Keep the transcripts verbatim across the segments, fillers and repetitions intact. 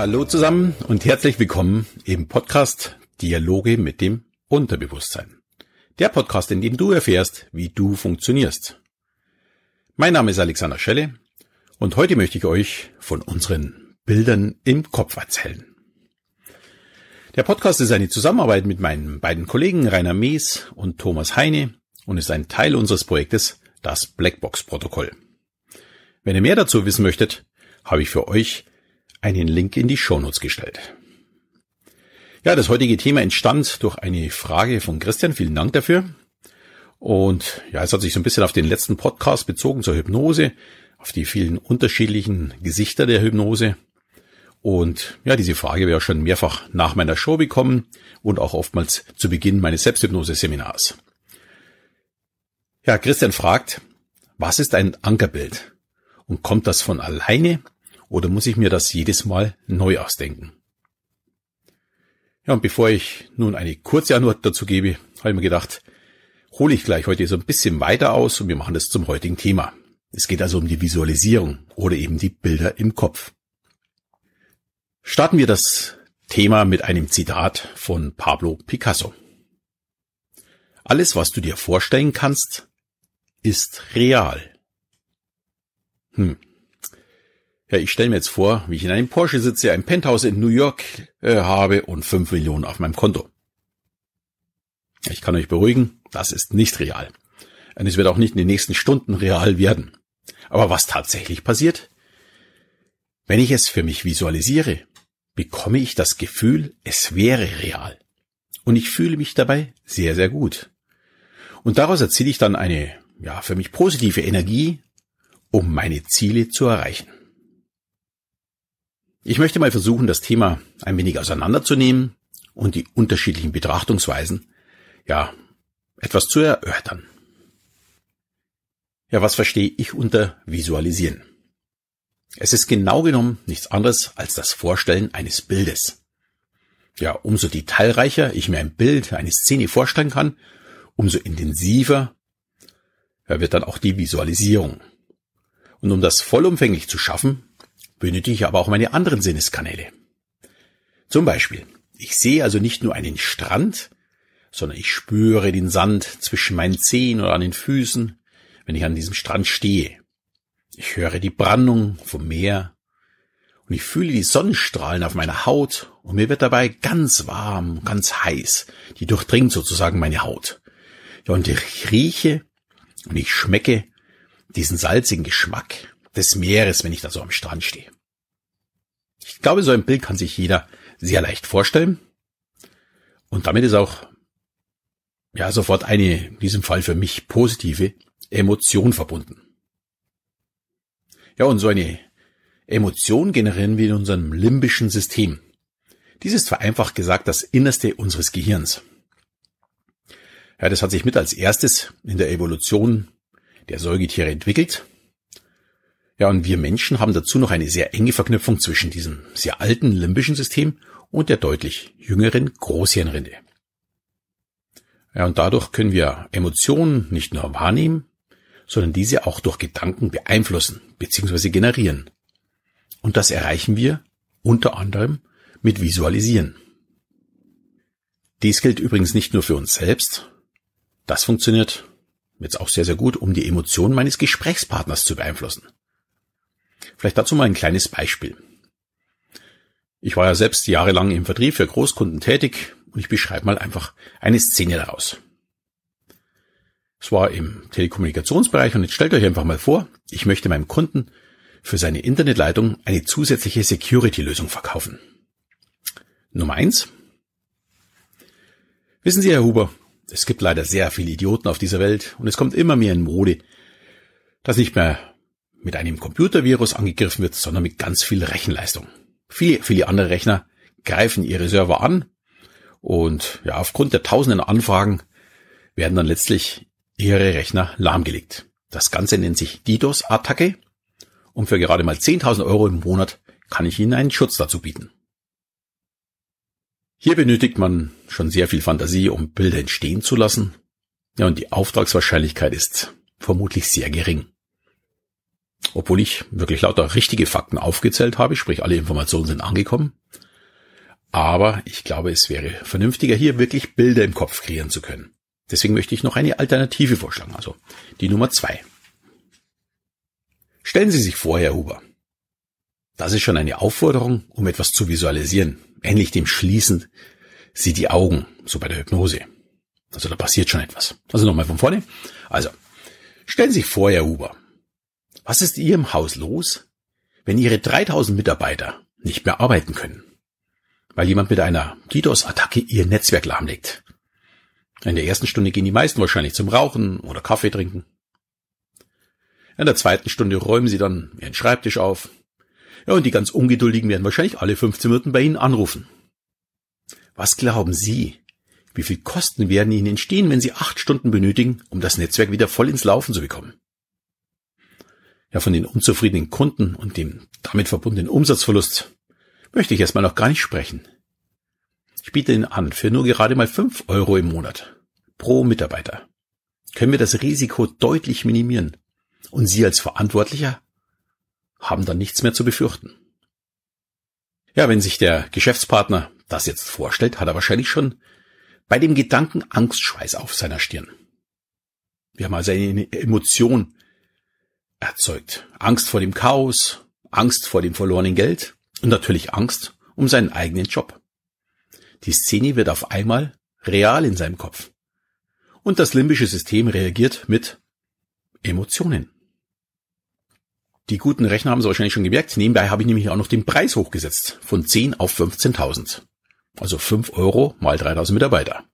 Hallo zusammen und herzlich willkommen im Podcast Dialoge mit dem Unterbewusstsein. Der Podcast, in dem du erfährst, wie du funktionierst. Mein Name ist Alexander Schelle und heute möchte ich euch von unseren Bildern im Kopf erzählen. Der Podcast ist eine Zusammenarbeit mit meinen beiden Kollegen Rainer Mees und Thomas Heine und ist ein Teil unseres Projektes, das Blackbox-Protokoll. Wenn ihr mehr dazu wissen möchtet, habe ich für euch einen Link in die Shownotes gestellt. Ja, das heutige Thema entstand durch eine Frage von Christian. Vielen Dank dafür. Und ja, es hat sich so ein bisschen auf den letzten Podcast bezogen zur Hypnose, auf die vielen unterschiedlichen Gesichter der Hypnose. Und ja, diese Frage wäre schon mehrfach nach meiner Show bekommen und auch oftmals zu Beginn meines Selbsthypnose-Seminars. Ja, Christian fragt, was ist ein Ankerbild? Und kommt das von alleine oder muss ich mir das jedes Mal neu ausdenken? Ja, und bevor ich nun eine kurze Antwort dazu gebe, habe ich mir gedacht, hole ich gleich heute so ein bisschen weiter aus und wir machen das zum heutigen Thema. Es geht also um die Visualisierung oder eben die Bilder im Kopf. Starten wir das Thema mit einem Zitat von Pablo Picasso. Alles, was du dir vorstellen kannst, ist real. Hm. Ja, ich stelle mir jetzt vor, wie ich in einem Porsche sitze, ein Penthouse in New York äh, habe und fünf Millionen auf meinem Konto. Ich kann euch beruhigen, das ist nicht real. Und es wird auch nicht in den nächsten Stunden real werden. Aber was tatsächlich passiert? Wenn ich es für mich visualisiere, bekomme ich das Gefühl, es wäre real. Und ich fühle mich dabei sehr, sehr gut. Und daraus erziele ich dann eine, ja, für mich positive Energie, um meine Ziele zu erreichen. Ich möchte mal versuchen, das Thema ein wenig auseinanderzunehmen und die unterschiedlichen Betrachtungsweisen, ja, etwas zu erörtern. Ja, was verstehe ich unter Visualisieren? Es ist genau genommen nichts anderes als das Vorstellen eines Bildes. Ja, umso detailreicher ich mir ein Bild, eine Szene vorstellen kann, umso intensiver ja, wird dann auch die Visualisierung. Und um das vollumfänglich zu schaffen, benötige ich aber auch meine anderen Sinneskanäle. Zum Beispiel, ich sehe also nicht nur einen Strand, sondern ich spüre den Sand zwischen meinen Zehen oder an den Füßen, wenn ich an diesem Strand stehe. Ich höre die Brandung vom Meer und ich fühle die Sonnenstrahlen auf meiner Haut und mir wird dabei ganz warm, ganz heiß. Die durchdringt sozusagen meine Haut. Ja, und ich rieche und ich schmecke diesen salzigen Geschmack des Meeres, wenn ich da so am Strand stehe. Ich glaube, so ein Bild kann sich jeder sehr leicht vorstellen. Und damit ist auch ja sofort eine, in diesem Fall für mich positive Emotion verbunden. Ja, und so eine Emotion generieren wir in unserem limbischen System. Dies ist vereinfacht gesagt das Innerste unseres Gehirns. Ja, das hat sich mit als erstes in der Evolution der Säugetiere entwickelt. Ja, und wir Menschen haben dazu noch eine sehr enge Verknüpfung zwischen diesem sehr alten limbischen System und der deutlich jüngeren Großhirnrinde. Ja, und dadurch können wir Emotionen nicht nur wahrnehmen, sondern diese auch durch Gedanken beeinflussen bzw. generieren. Und das erreichen wir unter anderem mit Visualisieren. Dies gilt übrigens nicht nur für uns selbst. Das funktioniert jetzt auch sehr, sehr gut, um die Emotionen meines Gesprächspartners zu beeinflussen. Vielleicht dazu mal ein kleines Beispiel. Ich war ja selbst jahrelang im Vertrieb für Großkunden tätig und ich beschreibe mal einfach eine Szene daraus. Es war im Telekommunikationsbereich und jetzt stellt euch einfach mal vor, ich möchte meinem Kunden für seine Internetleitung eine zusätzliche Security-Lösung verkaufen. Nummer eins. Wissen Sie, Herr Huber, es gibt leider sehr viele Idioten auf dieser Welt und es kommt immer mehr in Mode, dass nicht mehr mit einem Computervirus angegriffen wird, sondern mit ganz viel Rechenleistung. Viele, viele andere Rechner greifen ihre Server an und ja, aufgrund der tausenden Anfragen werden dann letztlich ihre Rechner lahmgelegt. Das Ganze nennt sich DDoS-Attacke und für gerade mal zehntausend Euro im Monat kann ich Ihnen einen Schutz dazu bieten. Hier benötigt man schon sehr viel Fantasie, um Bilder entstehen zu lassen. Ja, und die Auftragswahrscheinlichkeit ist vermutlich sehr gering. Obwohl ich wirklich lauter richtige Fakten aufgezählt habe, sprich alle Informationen sind angekommen. Aber ich glaube, es wäre vernünftiger, hier wirklich Bilder im Kopf kreieren zu können. Deswegen möchte ich noch eine Alternative vorschlagen, also die Nummer zwei. Stellen Sie sich vor, Herr Huber, das ist schon eine Aufforderung, um etwas zu visualisieren. Ähnlich dem Schließen Sie die Augen, so bei der Hypnose. Also da passiert schon etwas. Also nochmal von vorne. Also, stellen Sie sich vor, Herr Huber, was ist in Ihrem Haus los, wenn Ihre dreitausend Mitarbeiter nicht mehr arbeiten können? Weil jemand mit einer DDoS-Attacke Ihr Netzwerk lahmlegt. In der ersten Stunde gehen die meisten wahrscheinlich zum Rauchen oder Kaffee trinken. In der zweiten Stunde räumen Sie dann Ihren Schreibtisch auf. Ja, und die ganz Ungeduldigen werden wahrscheinlich alle fünfzehn Minuten bei Ihnen anrufen. Was glauben Sie, wie viel Kosten werden Ihnen entstehen, wenn Sie acht Stunden benötigen, um das Netzwerk wieder voll ins Laufen zu bekommen? Ja, von den unzufriedenen Kunden und dem damit verbundenen Umsatzverlust möchte ich erstmal noch gar nicht sprechen. Ich biete Ihnen an, für nur gerade mal fünf Euro im Monat pro Mitarbeiter können wir das Risiko deutlich minimieren und Sie als Verantwortlicher haben dann nichts mehr zu befürchten. Ja, wenn sich der Geschäftspartner das jetzt vorstellt, hat er wahrscheinlich schon bei dem Gedanken Angstschweiß auf seiner Stirn. Wir haben also eine Emotion erzeugt. Angst vor dem Chaos, Angst vor dem verlorenen Geld und natürlich Angst um seinen eigenen Job. Die Szene wird auf einmal real in seinem Kopf. Und das limbische System reagiert mit Emotionen. Die guten Rechner haben Sie wahrscheinlich schon gemerkt. Nebenbei habe ich nämlich auch noch den Preis hochgesetzt. Von zehn auf fünfzehntausend. Also fünf Euro mal dreitausend Mitarbeiter.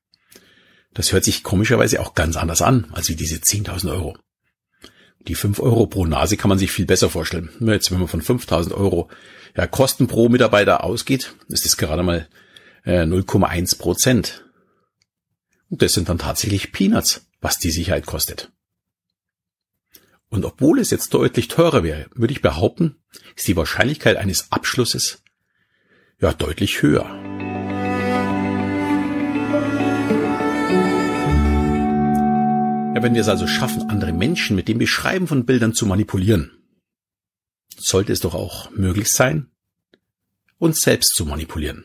Das hört sich komischerweise auch ganz anders an, als wie diese zehntausend Euro. Die fünf Euro pro Nase kann man sich viel besser vorstellen. Jetzt, wenn man von fünftausend Euro ja, Kosten pro Mitarbeiter ausgeht, ist das gerade mal äh, null Komma eins Prozent. Und das sind dann tatsächlich Peanuts, was die Sicherheit kostet. Und obwohl es jetzt deutlich teurer wäre, würde ich behaupten, ist die Wahrscheinlichkeit eines Abschlusses ja deutlich höher. Ja, wenn wir es also schaffen, andere Menschen mit dem Beschreiben von Bildern zu manipulieren, sollte es doch auch möglich sein, uns selbst zu manipulieren.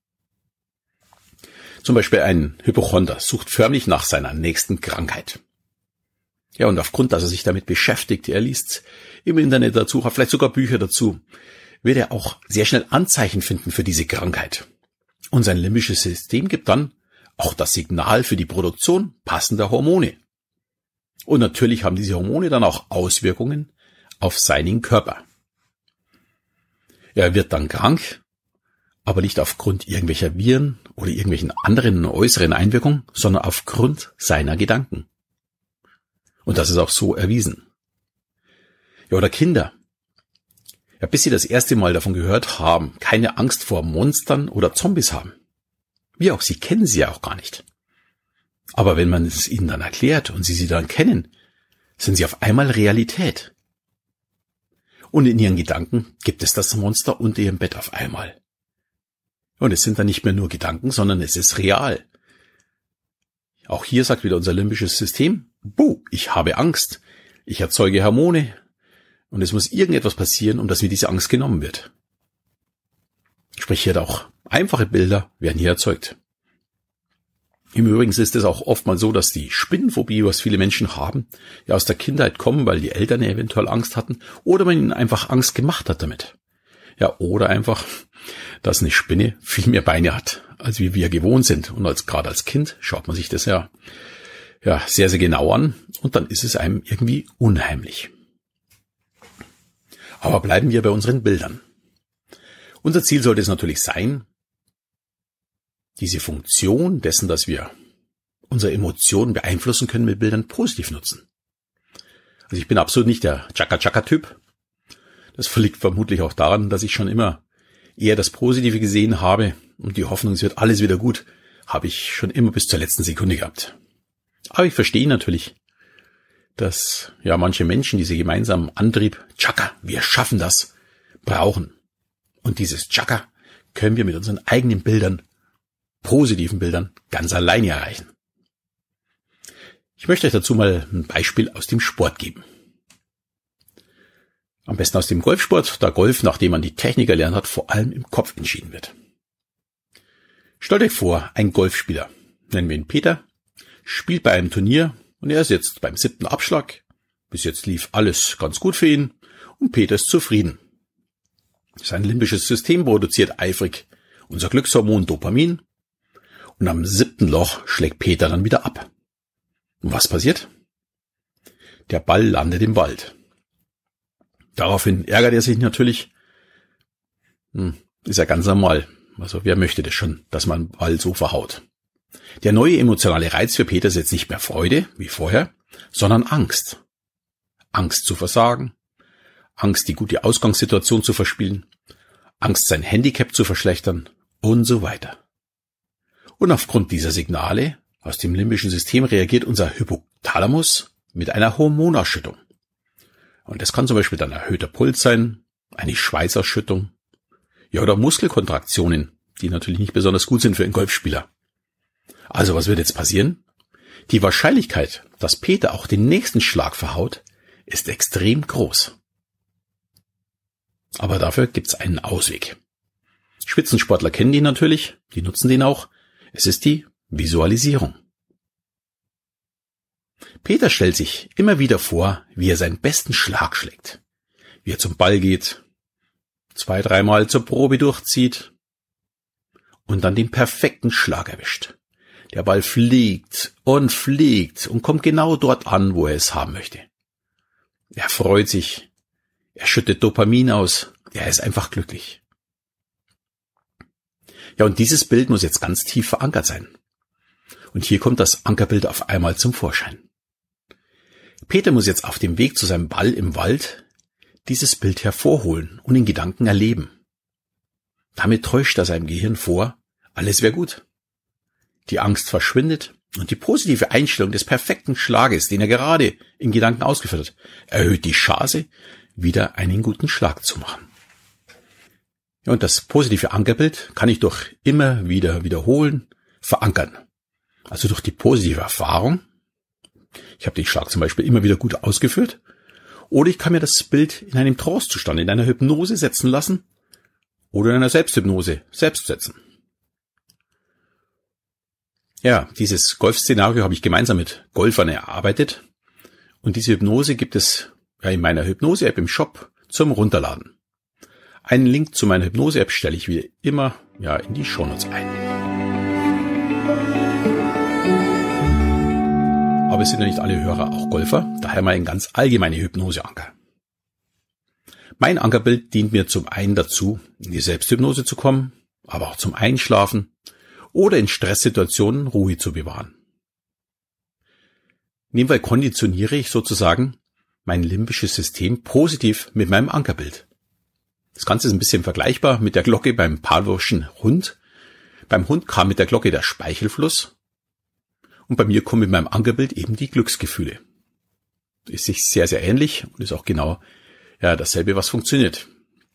Zum Beispiel ein Hypochonder sucht förmlich nach seiner nächsten Krankheit. Ja, und aufgrund, dass er sich damit beschäftigt, er liest im Internet dazu, hat vielleicht sogar Bücher dazu, wird er auch sehr schnell Anzeichen finden für diese Krankheit. Und sein limbisches System gibt dann auch das Signal für die Produktion passender Hormone. Und natürlich haben diese Hormone dann auch Auswirkungen auf seinen Körper. Er wird dann krank, aber nicht aufgrund irgendwelcher Viren oder irgendwelchen anderen äußeren Einwirkungen, sondern aufgrund seiner Gedanken. Und das ist auch so erwiesen. Ja, oder Kinder. Ja, bis sie das erste Mal davon gehört haben, keine Angst vor Monstern oder Zombies haben. Wie auch, sie kennen sie ja auch gar nicht. Aber wenn man es ihnen dann erklärt und sie sie dann kennen, sind sie auf einmal Realität. Und in ihren Gedanken gibt es das Monster unter ihrem Bett auf einmal. Und es sind dann nicht mehr nur Gedanken, sondern es ist real. Auch hier sagt wieder unser limbisches System, buh, ich habe Angst, ich erzeuge Hormone und es muss irgendetwas passieren, um dass mir diese Angst genommen wird. Sprich, hier auch einfache Bilder werden hier erzeugt. Im Übrigen ist es auch oftmals so, dass die Spinnenphobie, was viele Menschen haben, ja aus der Kindheit kommen, weil die Eltern ja eventuell Angst hatten oder man ihnen einfach Angst gemacht hat damit. Ja, oder einfach, dass eine Spinne viel mehr Beine hat, als wie wir gewohnt sind. Und als gerade als Kind schaut man sich das ja, ja sehr, sehr genau an und dann ist es einem irgendwie unheimlich. Aber bleiben wir bei unseren Bildern. Unser Ziel sollte es natürlich sein, diese Funktion dessen, dass wir unsere Emotionen beeinflussen können, mit Bildern positiv nutzen. Also ich bin absolut nicht der Chaka-Chaka-Typ. Das liegt vermutlich auch daran, dass ich schon immer eher das Positive gesehen habe und die Hoffnung, es wird alles wieder gut, habe ich schon immer bis zur letzten Sekunde gehabt. Aber ich verstehe natürlich, dass ja manche Menschen diese gemeinsamen Antrieb, Chaka, wir schaffen das, brauchen. Und dieses Chaka können wir mit unseren eigenen Bildern, positiven Bildern, ganz alleine erreichen. Ich möchte euch dazu mal ein Beispiel aus dem Sport geben. Am besten aus dem Golfsport, da Golf, nachdem man die Technik erlernt hat, vor allem im Kopf entschieden wird. Stellt euch vor, ein Golfspieler, nennen wir ihn Peter, spielt bei einem Turnier und er ist jetzt beim siebten Abschlag. Bis jetzt lief alles ganz gut für ihn und Peter ist zufrieden. Sein limbisches System produziert eifrig unser Glückshormon Dopamin und am siebten Loch schlägt Peter dann wieder ab. Und was passiert? Der Ball landet im Wald. Daraufhin ärgert er sich natürlich. Hm, ist ja ganz normal. Also wer möchte das schon, dass man einen Ball so verhaut? Der neue emotionale Reiz für Peter ist jetzt nicht mehr Freude, wie vorher, sondern Angst. Angst zu versagen, Angst, die gute Ausgangssituation zu verspielen, Angst, sein Handicap zu verschlechtern und so weiter. Und aufgrund dieser Signale aus dem limbischen System reagiert unser Hypothalamus mit einer Hormonausschüttung. Und das kann zum Beispiel dann erhöhter Puls sein, eine Schweißausschüttung, ja oder Muskelkontraktionen, die natürlich nicht besonders gut sind für einen Golfspieler. Also was wird jetzt passieren? Die Wahrscheinlichkeit, dass Peter auch den nächsten Schlag verhaut, ist extrem groß. Aber dafür gibt's einen Ausweg. Spitzensportler kennen den natürlich, die nutzen den auch. Es ist die Visualisierung. Peter stellt sich immer wieder vor, wie er seinen besten Schlag schlägt, wie er zum Ball geht, zwei, dreimal zur Probe durchzieht und dann den perfekten Schlag erwischt. Der Ball fliegt und fliegt und kommt genau dort an, wo er es haben möchte. Er freut sich, er schüttet Dopamin aus, er ist einfach glücklich. Ja, und dieses Bild muss jetzt ganz tief verankert sein. Und hier kommt das Ankerbild auf einmal zum Vorschein. Peter muss jetzt auf dem Weg zu seinem Ball im Wald dieses Bild hervorholen und in Gedanken erleben. Damit täuscht er seinem Gehirn vor, alles wäre gut. Die Angst verschwindet und die positive Einstellung des perfekten Schlages, den er gerade in Gedanken ausgeführt hat, erhöht die Chance, wieder einen guten Schlag zu machen. Ja, und das positive Ankerbild kann ich durch immer wieder wiederholen, verankern. Also durch die positive Erfahrung. Ich habe den Schlag zum Beispiel immer wieder gut ausgeführt. Oder ich kann mir das Bild in einem Trancezustand, in einer Hypnose setzen lassen. Oder in einer Selbsthypnose selbst setzen. Ja, dieses Golfszenario habe ich gemeinsam mit Golfern erarbeitet. Und diese Hypnose gibt es ja in meiner Hypnose-App im Shop zum Runterladen. Einen Link zu meiner Hypnose-App stelle ich wie immer ja in die Shownotes ein. Aber es sind ja nicht alle Hörer auch Golfer, daher mal ein ganz allgemeiner Hypnoseanker. Mein Ankerbild dient mir zum einen dazu, in die Selbsthypnose zu kommen, aber auch zum Einschlafen oder in Stresssituationen Ruhe zu bewahren. Nebenbei konditioniere ich sozusagen mein limbisches System positiv mit meinem Ankerbild. Das Ganze ist ein bisschen vergleichbar mit der Glocke beim Pavlovschen Hund. Beim Hund kam mit der Glocke der Speichelfluss und bei mir kommen mit meinem Ankerbild eben die Glücksgefühle. Ist sich sehr, sehr ähnlich und ist auch genau ja dasselbe, was funktioniert.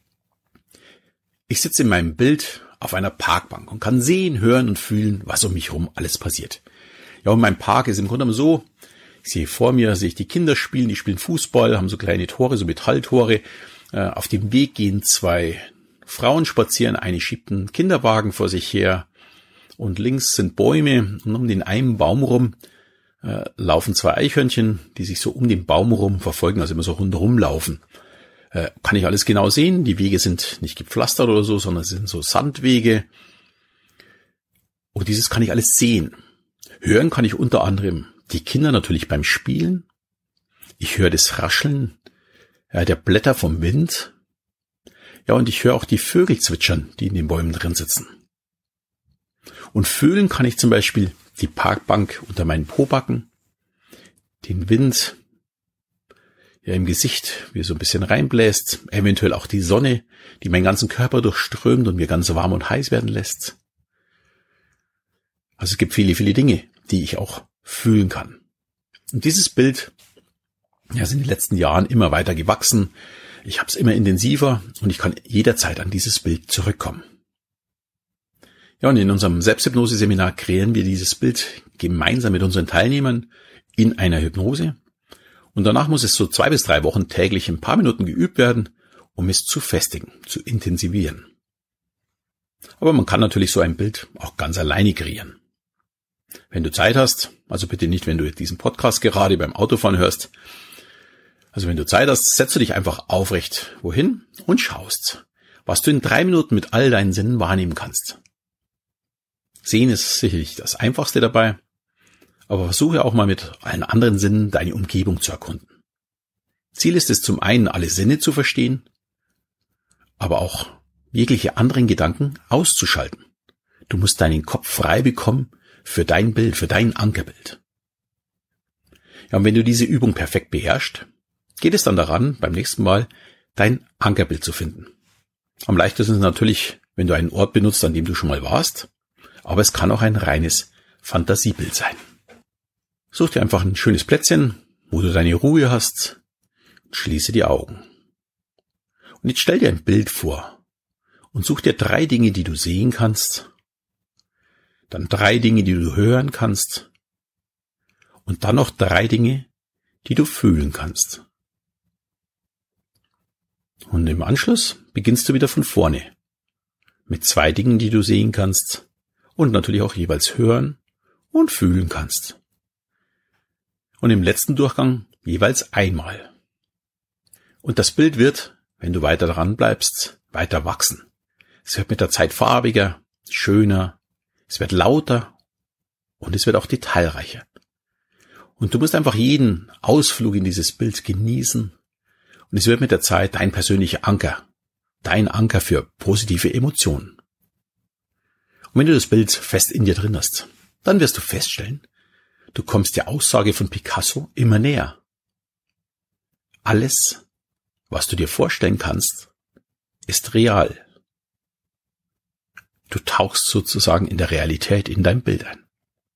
Ich sitze in meinem Bild auf einer Parkbank und kann sehen, hören und fühlen, was um mich herum alles passiert. Ja, und mein Park ist im Grunde so, ich sehe vor mir, sehe ich die Kinder spielen, die spielen Fußball, haben so kleine Tore, so Metalltore. Auf dem Weg gehen zwei Frauen spazieren, eine schiebt einen Kinderwagen vor sich her und links sind Bäume und um den einen Baum rum äh, laufen zwei Eichhörnchen, die sich so um den Baum rum verfolgen, also immer so rundherum laufen. Äh, kann ich alles genau sehen, die Wege sind nicht gepflastert oder so, sondern es sind so Sandwege und dieses kann ich alles sehen. Hören kann ich unter anderem die Kinder natürlich beim Spielen. Ich höre das Rascheln ja, der Blätter vom Wind. Ja, und ich höre auch die Vögel zwitschern, die in den Bäumen drin sitzen. Und fühlen kann ich zum Beispiel die Parkbank unter meinen Pobacken, den Wind ja im Gesicht, wie er so ein bisschen reinbläst, eventuell auch die Sonne, die meinen ganzen Körper durchströmt und mir ganz warm und heiß werden lässt. Also es gibt viele, viele Dinge, die ich auch fühlen kann. Und dieses Bild ja, ist in den letzten Jahren immer weiter gewachsen. Ich habe es immer intensiver und ich kann jederzeit an dieses Bild zurückkommen. Ja, und in unserem Selbsthypnose-Seminar kreieren wir dieses Bild gemeinsam mit unseren Teilnehmern in einer Hypnose. Und danach muss es so zwei bis drei Wochen täglich ein paar Minuten geübt werden, um es zu festigen, zu intensivieren. Aber man kann natürlich so ein Bild auch ganz alleine kreieren. Wenn du Zeit hast, also bitte nicht, wenn du diesen Podcast gerade beim Autofahren hörst, also wenn du Zeit hast, setzt du dich einfach aufrecht wohin und schaust, was du in drei Minuten mit all deinen Sinnen wahrnehmen kannst. Sehen ist sicherlich das Einfachste dabei, aber versuche auch mal mit allen anderen Sinnen deine Umgebung zu erkunden. Ziel ist es zum einen, alle Sinne zu verstehen, aber auch jegliche anderen Gedanken auszuschalten. Du musst deinen Kopf frei bekommen für dein Bild, für dein Ankerbild. Ja, und wenn du diese Übung perfekt beherrschst, geht es dann daran, beim nächsten Mal dein Ankerbild zu finden. Am leichtesten ist natürlich, wenn du einen Ort benutzt, an dem du schon mal warst, aber es kann auch ein reines Fantasiebild sein. Such dir einfach ein schönes Plätzchen, wo du deine Ruhe hast, und schließe die Augen. Und jetzt stell dir ein Bild vor und such dir drei Dinge, die du sehen kannst, dann drei Dinge, die du hören kannst und dann noch drei Dinge, die du fühlen kannst. Und im Anschluss beginnst du wieder von vorne mit zwei Dingen, die du sehen kannst und natürlich auch jeweils hören und fühlen kannst. Und im letzten Durchgang jeweils einmal. Und das Bild wird, wenn du weiter dran bleibst, weiter wachsen. Es wird mit der Zeit farbiger, schöner, es wird lauter und es wird auch detailreicher. Und du musst einfach jeden Ausflug in dieses Bild genießen und es wird mit der Zeit dein persönlicher Anker, dein Anker für positive Emotionen. Und wenn du das Bild fest in dir drin hast, dann wirst du feststellen, du kommst der Aussage von Picasso immer näher. Alles, was du dir vorstellen kannst, ist real. Du tauchst sozusagen in der Realität in dein Bild ein.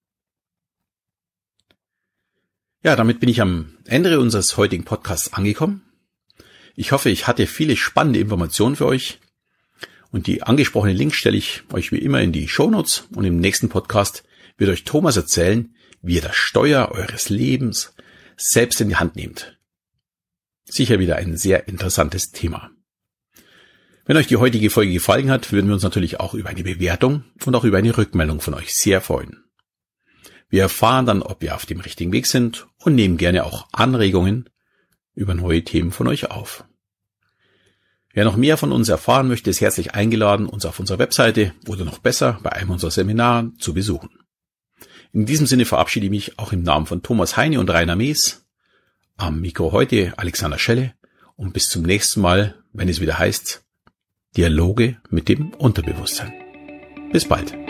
Ja, damit bin ich am Ende unseres heutigen Podcasts angekommen. Ich hoffe, ich hatte viele spannende Informationen für euch. Und die angesprochenen Links stelle ich euch wie immer in die Shownotes. Und im nächsten Podcast wird euch Thomas erzählen, wie ihr das Steuer eures Lebens selbst in die Hand nehmt. Sicher wieder ein sehr interessantes Thema. Wenn euch die heutige Folge gefallen hat, würden wir uns natürlich auch über eine Bewertung und auch über eine Rückmeldung von euch sehr freuen. Wir erfahren dann, ob wir auf dem richtigen Weg sind und nehmen gerne auch Anregungen über neue Themen von euch auf. Wer noch mehr von uns erfahren möchte, ist herzlich eingeladen, uns auf unserer Webseite oder noch besser bei einem unserer Seminare zu besuchen. In diesem Sinne verabschiede ich mich auch im Namen von Thomas Heine und Rainer Mees. Am Mikro heute Alexander Schelle und bis zum nächsten Mal, wenn es wieder heißt Dialoge mit dem Unterbewusstsein. Bis bald.